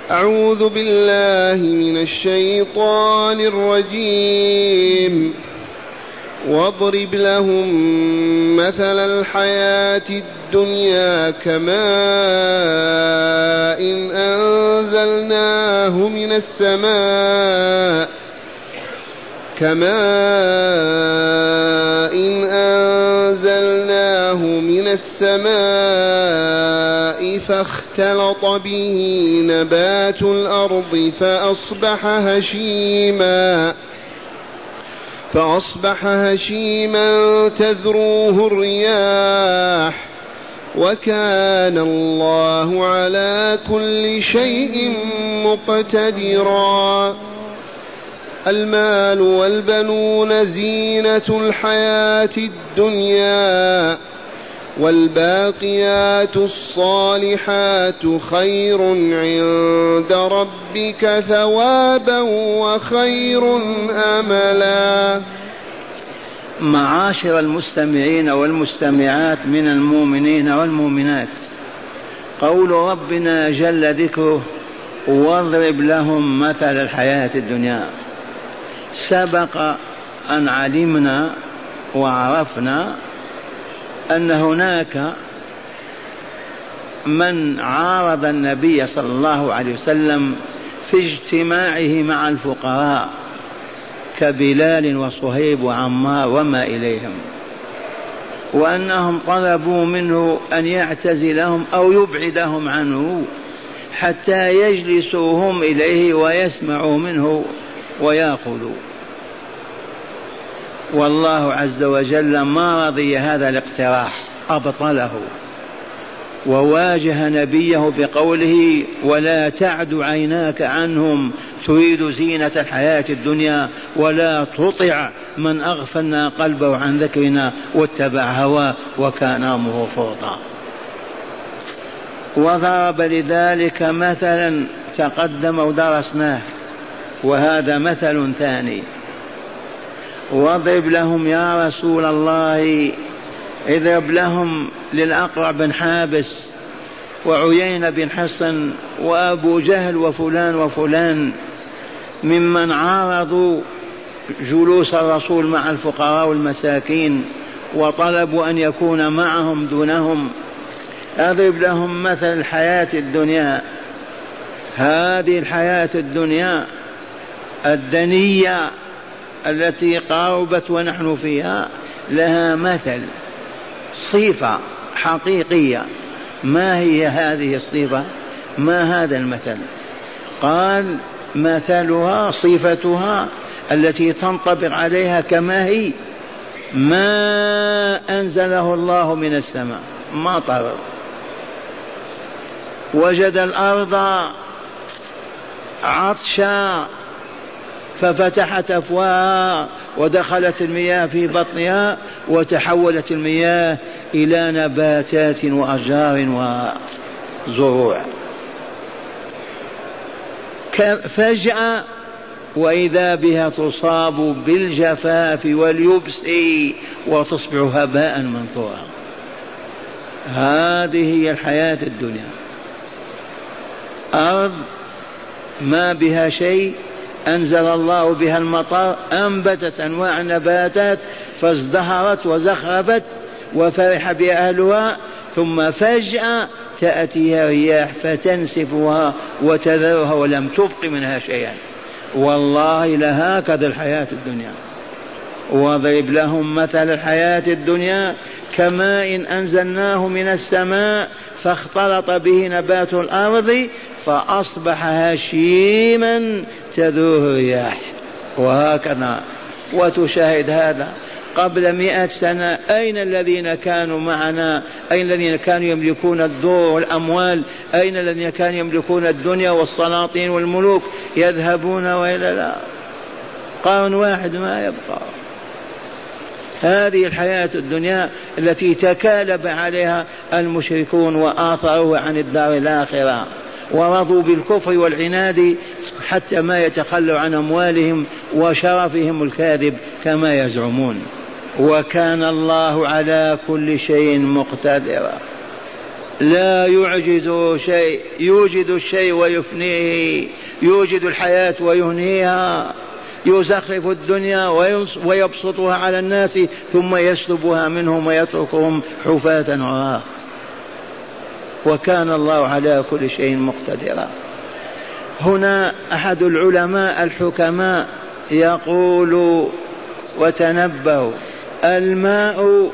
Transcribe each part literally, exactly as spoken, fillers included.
أعوذ بالله من الشيطان الرجيم. واضرب لهم مثل الحياة الدنيا كماء إن أنزلناه من السماء كماء إن أنزلناه من السماء فاختلط به نبات الأرض فأصبح هشيما فأصبح هشيما تذروه الرياح وكان الله على كل شيء مقتدرا. المال والبنون زينة الحياة الدنيا والباقيات الصالحات خير عند ربك ثوابا وخير أملا. معاشر المستمعين والمستمعات من المؤمنين والمؤمنات، قول ربنا جل ذكره واضرب لهم مثل الحياة الدنيا، سبق أن علمنا وعرفنا أن هناك من عارض النبي صلى الله عليه وسلم في اجتماعه مع الفقراء كبلال وصهيب وعمار وما إليهم، وأنهم طلبوا منه أن يعتزلهم أو يبعدهم عنه حتى يجلسوا هم إليه ويسمعوا منه ويأخذوا. والله عز وجل ما رضي هذا الاقتراح، أبطله وواجه نبيه بقوله ولا تعد عيناك عنهم تريد زينة الحياة الدنيا ولا تطع من أغفلنا قلبه عن ذكرنا واتبع هواه وكان أمره فرطا. وضرب لذلك مثلا تقدم ودرسناه، وهذا مثل ثاني. واضرب لهم يا رسول الله، اضرب لهم للأقرع بن حابس وعيينة بن حصن وأبو جهل وفلان وفلان ممن عارضوا جلوس الرسول مع الفقراء والمساكين وطلبوا أن يكون معهم دونهم. اضرب لهم مثل الحياة الدنيا، هذه الحياة الدنيا الدنية التي قاربت ونحن فيها لها مثل، صفة حقيقية. ما هي هذه الصفة؟ ما هذا المثل؟ قال مثلها صفتها التي تنطبق عليها كما هي ما أنزله الله من السماء، مطر، وجد الأرض عطشا ففتحت أفواها ودخلت المياه في بطنها وتحولت المياه إلى نباتات وأشجار وزروع. فجأة وإذا بها تصاب بالجفاف واليبس وتصبح هباء منثورا. هذه هي الحياة الدنيا، أرض ما بها شيء، أنزل الله بها المطر، أنبتت أنواع النباتات فازدهرت وزخرفت وفرح بها أهلها، ثم فجأة تأتيها رياح فتنسفها وتذرها ولم تبق منها شيئا. والله لهكذا الحياة الدنيا. واضرب لهم مثل الحياة الدنيا كماء إن أنزلناه من السماء فاختلط به نبات الأرض فأصبح هشيما تذروه الرياح. وهكذا وتشاهد هذا. قبل مئة سنة أين الذين كانوا معنا؟ أين الذين كانوا يملكون الدور والأموال؟ أين الذين كانوا يملكون الدنيا والسلاطين والملوك؟ يذهبون وإلا لا، قرن واحد ما يبقى. هذه الحياة الدنيا التي تكالب عليها المشركون وآثروا عن الدار الآخرة ورضوا بالكفر والعناد حتى ما يتخلوا عن أموالهم وشرفهم الكاذب كما يزعمون. وكان الله على كل شيء مقتدرا. لا يعجز شيء، يوجد الشيء ويفنيه، يوجد الحياة ويهنيها، يزخرف الدنيا ويبسطها على الناس ثم يسلبها منهم ويتركهم حفاة عراة. وكان الله على كل شيء مقتدرا. هنا أحد العلماء الحكماء يقول وتنبهوا: الماء،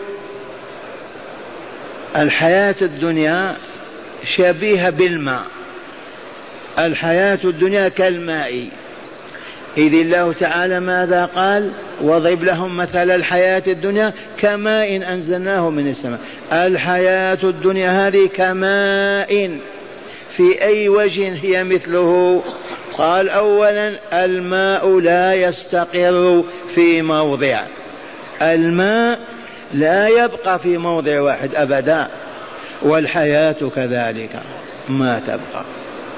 الحياة الدنيا شبيهة بالماء، الحياة الدنيا كالماء. إذ الله تعالى ماذا قال؟ واضرب لهم مثل الحياة الدنيا كماء أنزلناه من السماء. الحياة الدنيا هذه كماء، في أي وجه هي مثله؟ قال: أولا الماء لا يستقر في موضع، الماء لا يبقى في موضع واحد أبدا، والحياة كذلك ما تبقى.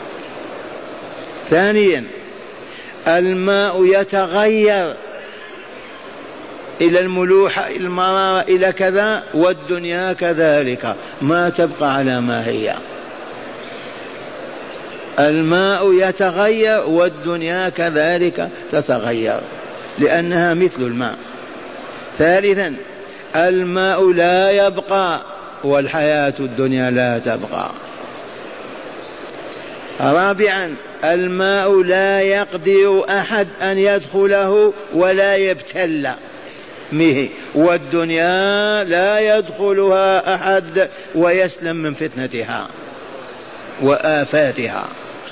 ثانيا الماء يتغير إلى الملوحة، إلى المرارة، إلى كذا، والدنيا كذلك ما تبقى على ما هي. الماء يتغير والدنيا كذلك تتغير لأنها مثل الماء. ثالثا الماء لا يبقى والحياة الدنيا لا تبقى. رابعا الماء لا يقدر أحد أن يدخله ولا يبتل به، والدنيا لا يدخلها أحد ويسلم من فتنتها وآفاتها.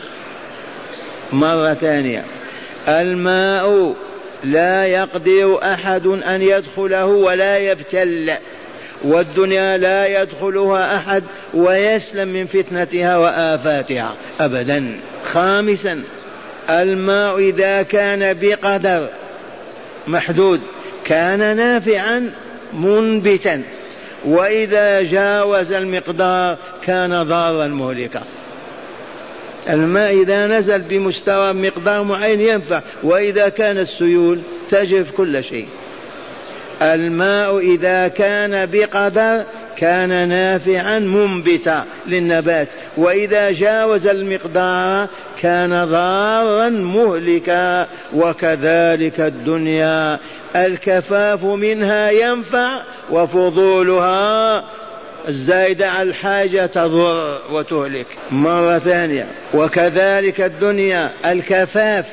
مرة ثانية الماء لا يقدر أحد أن يدخله ولا يبتل، والدنيا لا يدخلها أحد ويسلم من فتنتها وآفاتها أبدا. خامسا الماء إذا كان بقدر محدود كان نافعا منبتا، وإذا جاوز المقدار كان ضارا مهلكا. الماء إذا نزل بمستوى مقدار معين ينفع، وإذا كان السيول تجف كل شيء. الماء إذا كان بقدر كان نافعا منبتا للنبات، وإذا جاوز المقدار كان ضارا مهلكا. وكذلك الدنيا الكفاف منها ينفع، وفضولها الزايدة على الحاجة تضر وتهلك. مرة ثانية وكذلك الدنيا الكفاف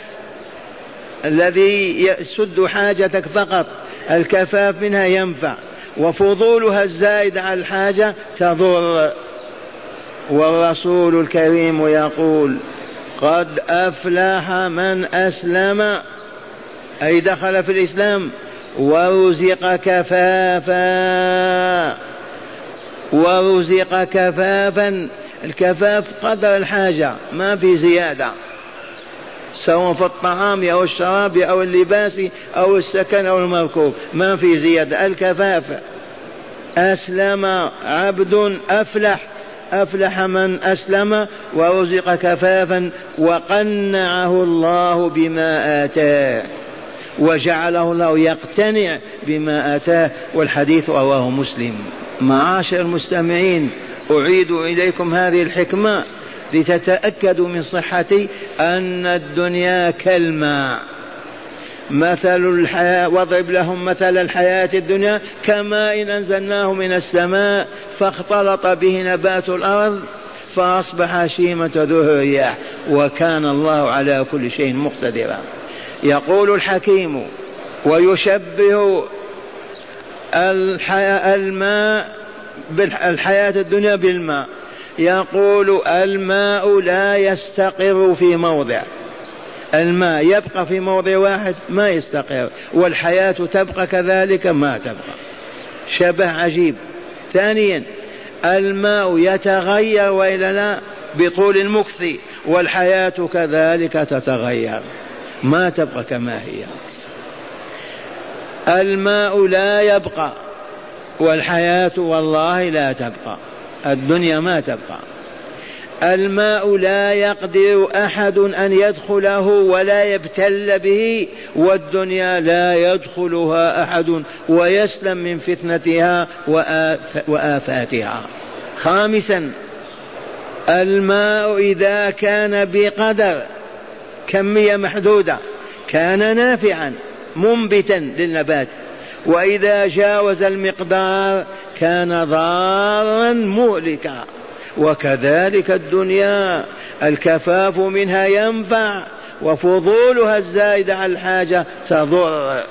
الذي يسد حاجتك فقط، الكفاف منها ينفع، وفضولها الزائد على الحاجة تضر. والرسول الكريم يقول: قد أفلح من أسلم، أي دخل في الإسلام، ورزق كفافا. ورزق كفافا، الكفاف قدر الحاجة ما في زيادة، سواء في الطعام أو الشراب أو اللباس أو السكن أو المركوب، ما في زيادة، الكفاف. أسلم عبد أفلح، أفلح من أسلم ورزق كفافا، وقنعه الله بما آتاه، وجعله الله يقتنع بما آتاه. والحديث رواه مسلم. معاشر المستمعين، أعيد إليكم هذه الحكمة لتتأكدوا من صحة أن الدنيا كالماء. مثل الحياة، واضرب لهم مثل الحياة الدنيا كماء أنزلناه من السماء فاختلط به نبات الأرض فأصبح هشيمة ذو الرياح، وكان الله على كل شيء مقتدرا. يقول الحكيم ويشبه الماء بالحياة الدنيا بالماء، يقول: الماء لا يستقر في موضع، الماء يبقى في موضع واحد ما يستقر، والحياة تبقى كذلك ما تبقى. شبه عجيب. ثانيا الماء يتغير وإلا لا بطول المكث، والحياة كذلك تتغير ما تبقى كما هي. الماء لا يبقى والحياة والله لا تبقى، الدنيا ما تبقى. الماء لا يقدر أحد أن يدخله ولا يبتل به، والدنيا لا يدخلها أحد ويسلم من فتنتها وآفاتها. خامسا الماء إذا كان بقدر كمية محدودة كان نافعا منبتا للنبات، وإذا جاوز المقدار كان ضارا مهلكا. وكذلك الدنيا الكفاف منها ينفع، وفضولها الزائد على الحاجة تضر.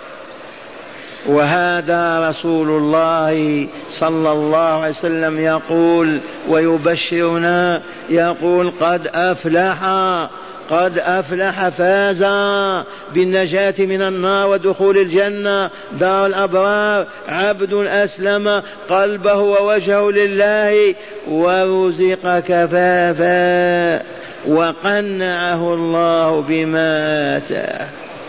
وهذا رسول الله صلى الله عليه وسلم يقول ويبشرنا، يقول قد أفلح قد أفلح فاز بالنجاة من النار ودخول الجنة دار الأبرار عبد أسلم قلبه ووجهه لله ورزق كفافا وقنعه الله بما آتاه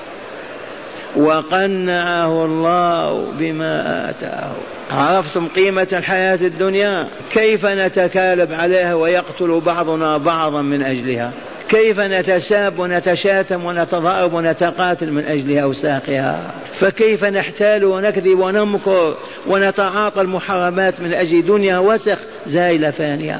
وقنعه الله بما آتاه. عرفتم قيمة الحياة الدنيا؟ كيف نتكالب عليها ويقتل بعضنا بعضا من أجلها؟ كيف نتساب ونتشاتم ونتضارب ونتقاتل من أجل أوساخها؟ فكيف نحتال ونكذب ونمكر ونتعاطى المحرمات من أجل دنيا وسخ زائلة فانية؟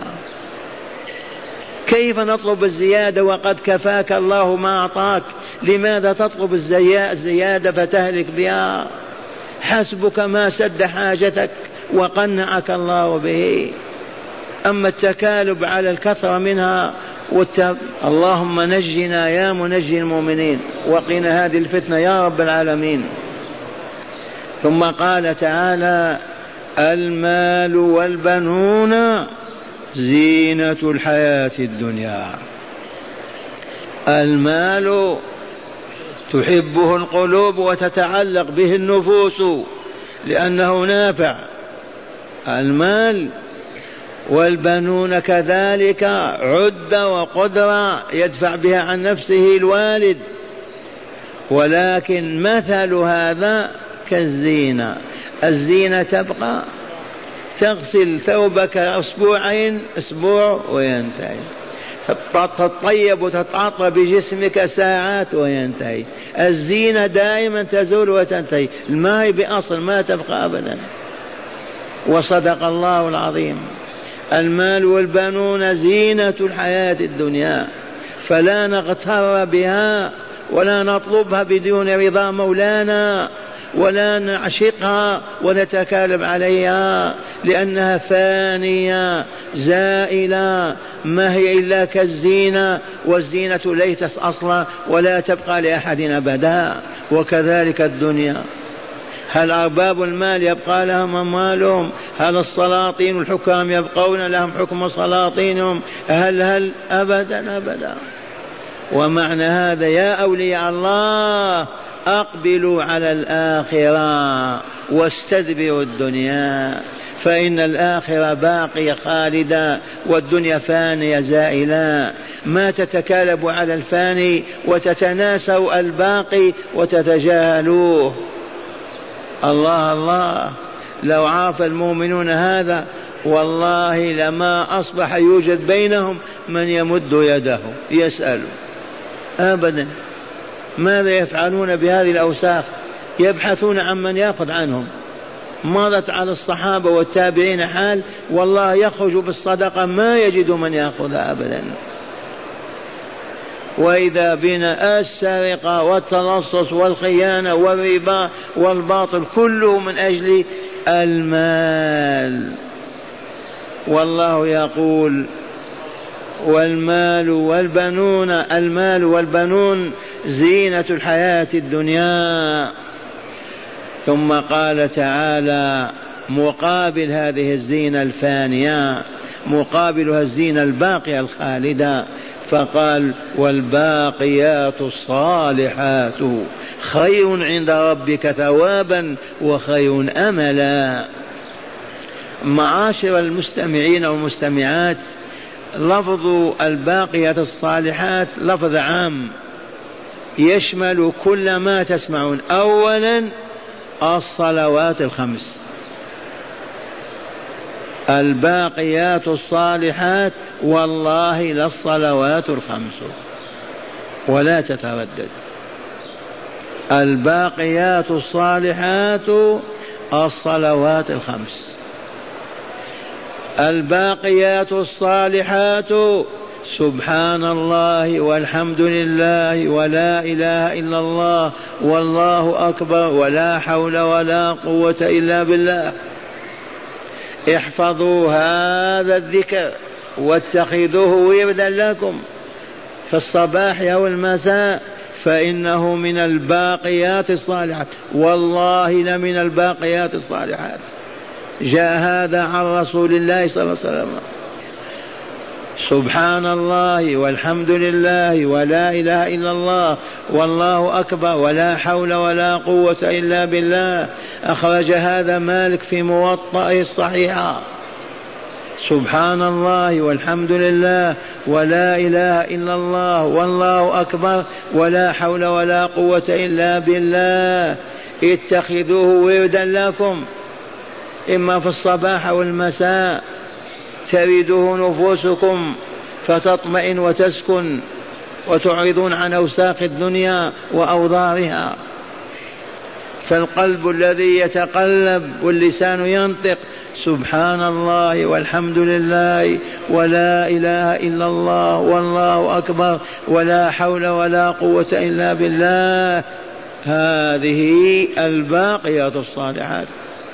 كيف نطلب الزيادة وقد كفاك الله ما أعطاك؟ لماذا تطلب الزيادة فتهلك بها؟ حسبك ما سد حاجتك وقنعك الله به. أما التكالب على الكثرة منها والتب... اللهم نجنا يا منجي المؤمنين وقنا هذه الفتنة يا رب العالمين. ثم قال تعالى المال والبنون زينة الحياة الدنيا. المال تحبه القلوب وتتعلق به النفوس لأنه نافع، المال، والبنون كذلك عدة وقدرة يدفع بها عن نفسه الوالد. ولكن مثل هذا كالزينة، الزينة تبقى، تغسل ثوبك أسبوعين أسبوع وينتهي، تطيب وتتعطر بجسمك ساعات وينتهي. الزينة دائما تزول وتنتهي، ما هي بأصل ما تبقى أبدا. وصدق الله العظيم. المال والبنون زينة الحياة الدنيا، فلا نغتر بها ولا نطلبها بدون رضا مولانا ولا نعشقها ونتكالب عليها، لأنها فانية زائلة، ما هي إلا كالزينة، والزينة ليست أصلا ولا تبقى لأحد أبدا. وكذلك الدنيا، هل أرباب المال يبقى لهم أموالهم؟ هل السلاطين والحكام يبقون لهم حكم سلاطينهم؟ هل هل أبدا أبدا. ومعنى هذا يا أولياء الله أقبلوا على الآخرة واستدبروا الدنيا، فإن الآخرة باقية خالدة والدنيا فانية زائلة. ما تتكالب على الفاني وتتناسوا الباقي وتتجاهلوه. الله الله، لو عرف المؤمنون هذا والله لما أصبح يوجد بينهم من يمد يده يسأل أبدا. ماذا يفعلون بهذه الأوساخ؟ يبحثون عن من يأخذ عنهم. مضت على الصحابة والتابعين حال والله يخرج بالصدقة ما يجد من يأخذها أبدا. وإذا بنا السرقة والتلصص والخيانة والربا والباطل كله من أجل المال. والله يقول والمال والبنون، المال والبنون زينة الحياة الدنيا. ثم قال تعالى مقابل هذه الزينة الفانية مقابلها الزينة الباقية الخالدة، فقال والباقيات الصالحات خير عند ربك ثوابا وخير أملا. معاشر المستمعين والمستمعات، لفظ الباقيات الصالحات لفظ عام يشمل كل ما تسمعون. أولا الصلوات الخمس، الباقيات الصالحات والله للصلوات الخمس ولا تتردد. الباقيات الصالحات الصلوات الخمس. الباقيات الصالحات سبحان الله والحمد لله ولا إله إلا الله والله أكبر ولا حول ولا قوة إلا بالله. احفظوا هذا الذكر واتخذوه وردا لكم في الصباح أو المساء، فإنه من الباقيات الصالحات، والله لمن الباقيات الصالحات. جاء هذا عن رسول الله صلى الله عليه وسلم. سبحان الله والحمد لله ولا إله إلا الله والله أكبر ولا حول ولا قوة إلا بالله. أخرج هذا مالك في موطئه الصحيحة. سبحان الله والحمد لله ولا إله إلا الله والله أكبر ولا حول ولا قوة إلا بالله. اتخذوه وردا لكم إما في الصباح أو المساء، تريده نفوسكم فتطمئن وتسكن وتعرضون عن أوساخ الدنيا وأوضارها. فالقلب الذي يتقلب واللسان ينطق سبحان الله والحمد لله ولا إله إلا الله والله أكبر ولا حول ولا قوة إلا بالله، هذه الباقيات الصالحات.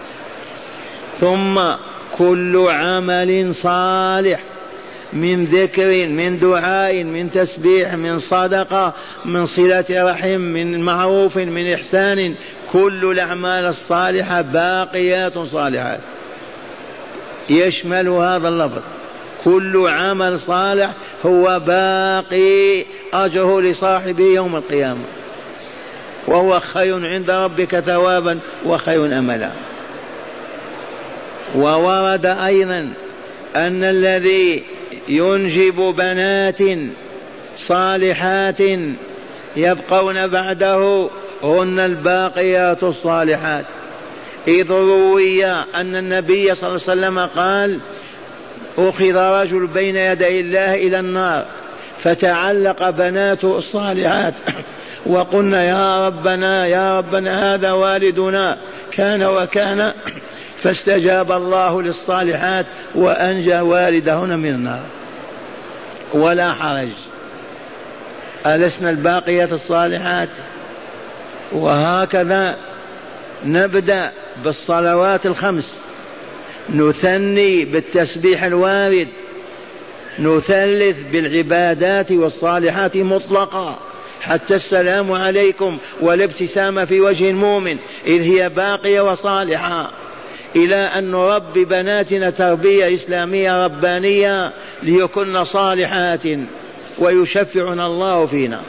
ثم كل عمل صالح من ذكر من دعاء من تسبيح من صدقة من صلة رحم من معروف من إحسان، كل الأعمال الصالحة باقيات صالحات، يشمل هذا اللفظ. كل عمل صالح هو باقي، أجره لصاحبه يوم القيامة، وهو خير عند ربك ثوابا وخير أملا. وورد أيضا أن الذي ينجب بنات صالحات يبقون بعده هن الباقيات الصالحات، إذ روي أن النبي صلى الله عليه وسلم قال: أخذ رجل بين يدي الله إلى النار فتعلق بناته الصالحات وقلنا يا ربنا يا ربنا هذا والدنا كان وكان، فاستجاب الله للصالحات وأنجى والدهن من النار. ولا حرج، ألسنا الباقيات الصالحات؟ وهكذا نبدأ بالصلوات الخمس، نثني بالتسبيح الوارد، نثلث بالعبادات والصالحات مطلقا، حتى السلام عليكم والابتسامة في وجه المؤمن إذ هي باقية وصالحة، إلى أن نربي بناتنا تربية إسلامية ربانية ليكن صالحات ويشفعنا الله فينا.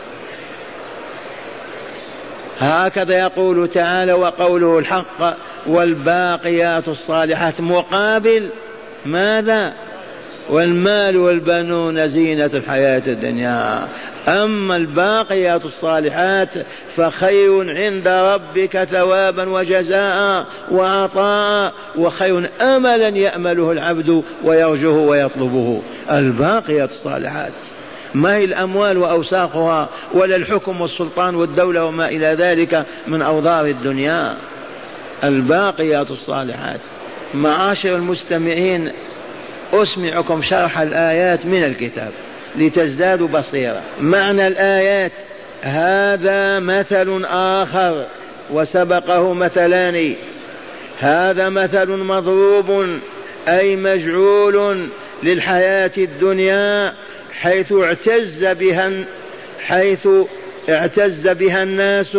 هكذا يقول تعالى وقوله الحق: والباقيات الصالحات مقابل ماذا؟ والمال والبنون زينة الحياة الدنيا. أما الباقيات الصالحات فخير عند ربك ثوابا وجزاء وعطاء، وخير أملا يأمله العبد ويرجوه ويطلبه. الباقيات الصالحات ما هي الأموال وأوساخها ولا الحكم والسلطان والدولة وما إلى ذلك من أوضار الدنيا. الباقيات الصالحات. معاشر المستمعين، أسمعكم شرح الآيات من الكتاب لتزدادوا بصيرة. معنى الآيات: هذا مثل آخر وسبقه مثلان. هذا مثل مضروب أي مجعول للحياة الدنيا، حيث اعتز بها حيث اعتز بها الناس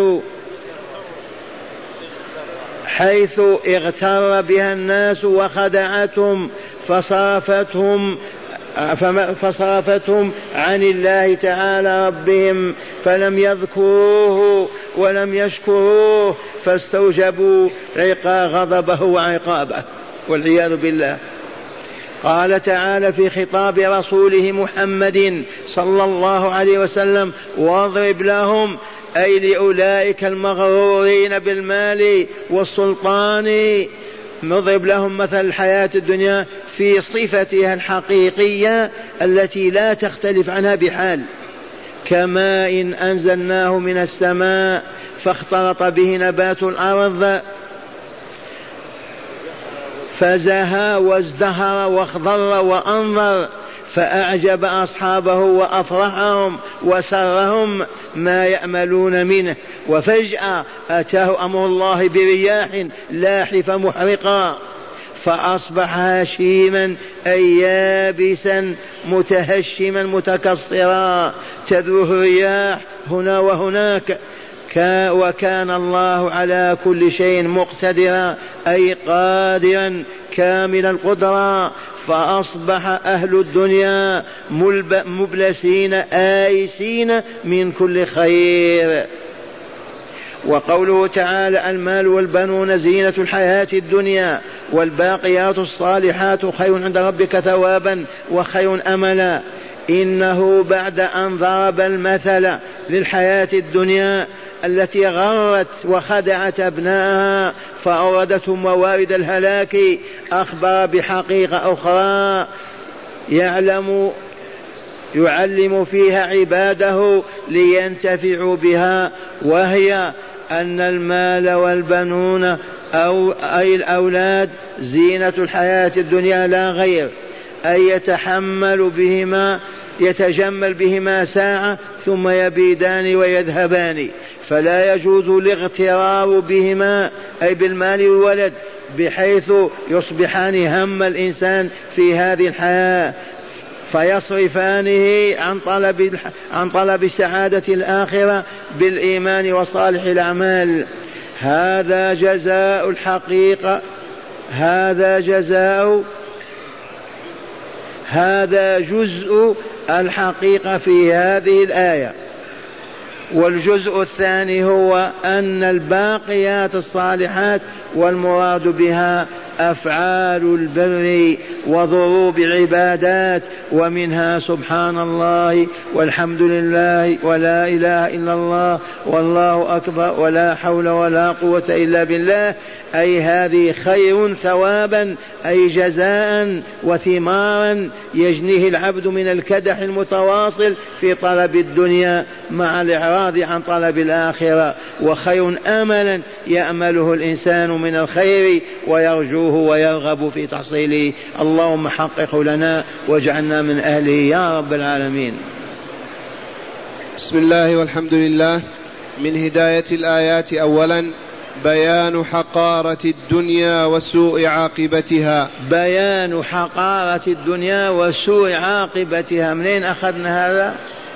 حيث اغتر بها الناس وخدعتهم فصرفتهم فصرفتهم عن الله تعالى ربهم، فلم يذكروه ولم يشكروه فاستوجبوا عقاب غضبه وعقابه والعياذ بالله. قال تعالى في خطاب رسوله محمد صلى الله عليه وسلم: واضرب لهم، أي لأولئك المغرورين بالمال والسلطان، نضرب لهم مثل الحياة الدنيا في صفتها الحقيقية التي لا تختلف عنها بحال، كماء إن أنزلناه من السماء فاختلط به نبات الأرض فزها وازدهر واخضر وأنظر، فأعجب أصحابه وأفرحهم وسرهم ما يأملون منه. وفجأة أتاه أمر الله برياح لاحفة محرقة فأصبح هشيما أي يابسا متهشما متكسرا، تذروه الرياح هنا وهناك. وكان الله على كل شيء مقتدرا أي قادرا كامل القدرة، فأصبح أهل الدنيا مبلسين آيسين من كل خير. وقوله تعالى: المال والبنون زينة الحياة الدنيا والباقيات الصالحات خير عند ربك ثوابا وخير أملا. إنه بعد أن ضرب المثل للحياة الدنيا التي غرت وخدعت أبنائها فأوردتهم موارد الهلاك، أخبر بحقيقة أخرى يعلم يعلم فيها عباده لينتفعوا بها، وهي أن المال والبنون أو أي الأولاد زينة الحياة الدنيا لا غير، أي يتحمل بهما يتجمل بهما ساعة ثم يبيدان ويذهبان، فلا يجوز الاغترار بهما أي بالمال والولد بحيث يصبحان هم الإنسان في هذه الحياة فيصرفانه عن طلب عن طلب سعادة الآخرة بالإيمان وصالح الأعمال. هذا جزاء الحقيقة هذا جزاء هذا جزء الحقيقة في هذه الآية. والجزء الثاني هو أن الباقيات الصالحات والمراد بها أفعال البر وضروب العبادات، ومنها سبحان الله والحمد لله ولا إله إلا الله والله أكبر ولا حول ولا قوة إلا بالله، أي هذه خير ثوابا أي جزاء وثمارا يجنيه العبد من الكدح المتواصل في طلب الدنيا مع الإعراض عن طلب الآخرة، وخير أملا يأمله الإنسان من الخير ويرجوه ويرغب في تحصيله. اللهم حقق لنا واجعلنا من أهله يا رب العالمين. بسم الله والحمد لله. من هداية الآيات أولا بيان حقارة الدنيا وسوء عاقبتها. بيان حقارة الدنيا وسوء عاقبتها. منين أخذنا هذا؟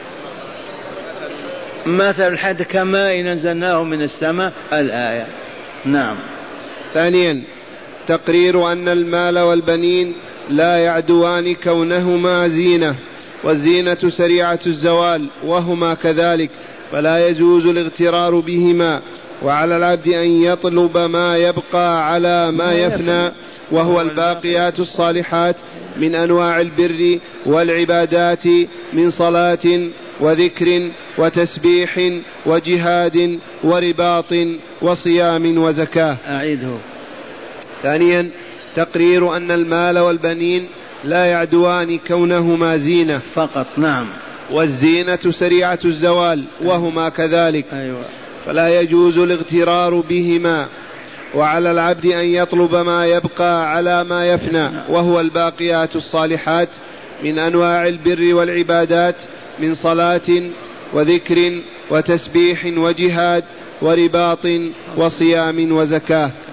مثل الحد كماء نزلناه من السماء الآية. نعم. ثانيا تقرير أن المال والبنين لا يعدوان كونهما زينة، والزينة سريعة الزوال وهما كذلك، فلا يجوز الاغترار بهما، وعلى العبد أن يطلب ما يبقى على ما يفنى، وهو الباقيات الصالحات من أنواع البر والعبادات من صلاة وذكر وتسبيح وجهاد ورباط وصيام وزكاة. أعيده. ثانيا تقرير أن المال والبنين لا يعدوان كونهما زينة فقط. نعم. والزينة سريعة الزوال وهما كذلك. أيوة. فلا يجوز الاغترار بهما، وعلى العبد أن يطلب ما يبقى على ما يفنى، وهو الباقيات الصالحات من أنواع البر والعبادات من صلاة وذكر وتسبيح وجهاد ورباط وصيام وزكاة.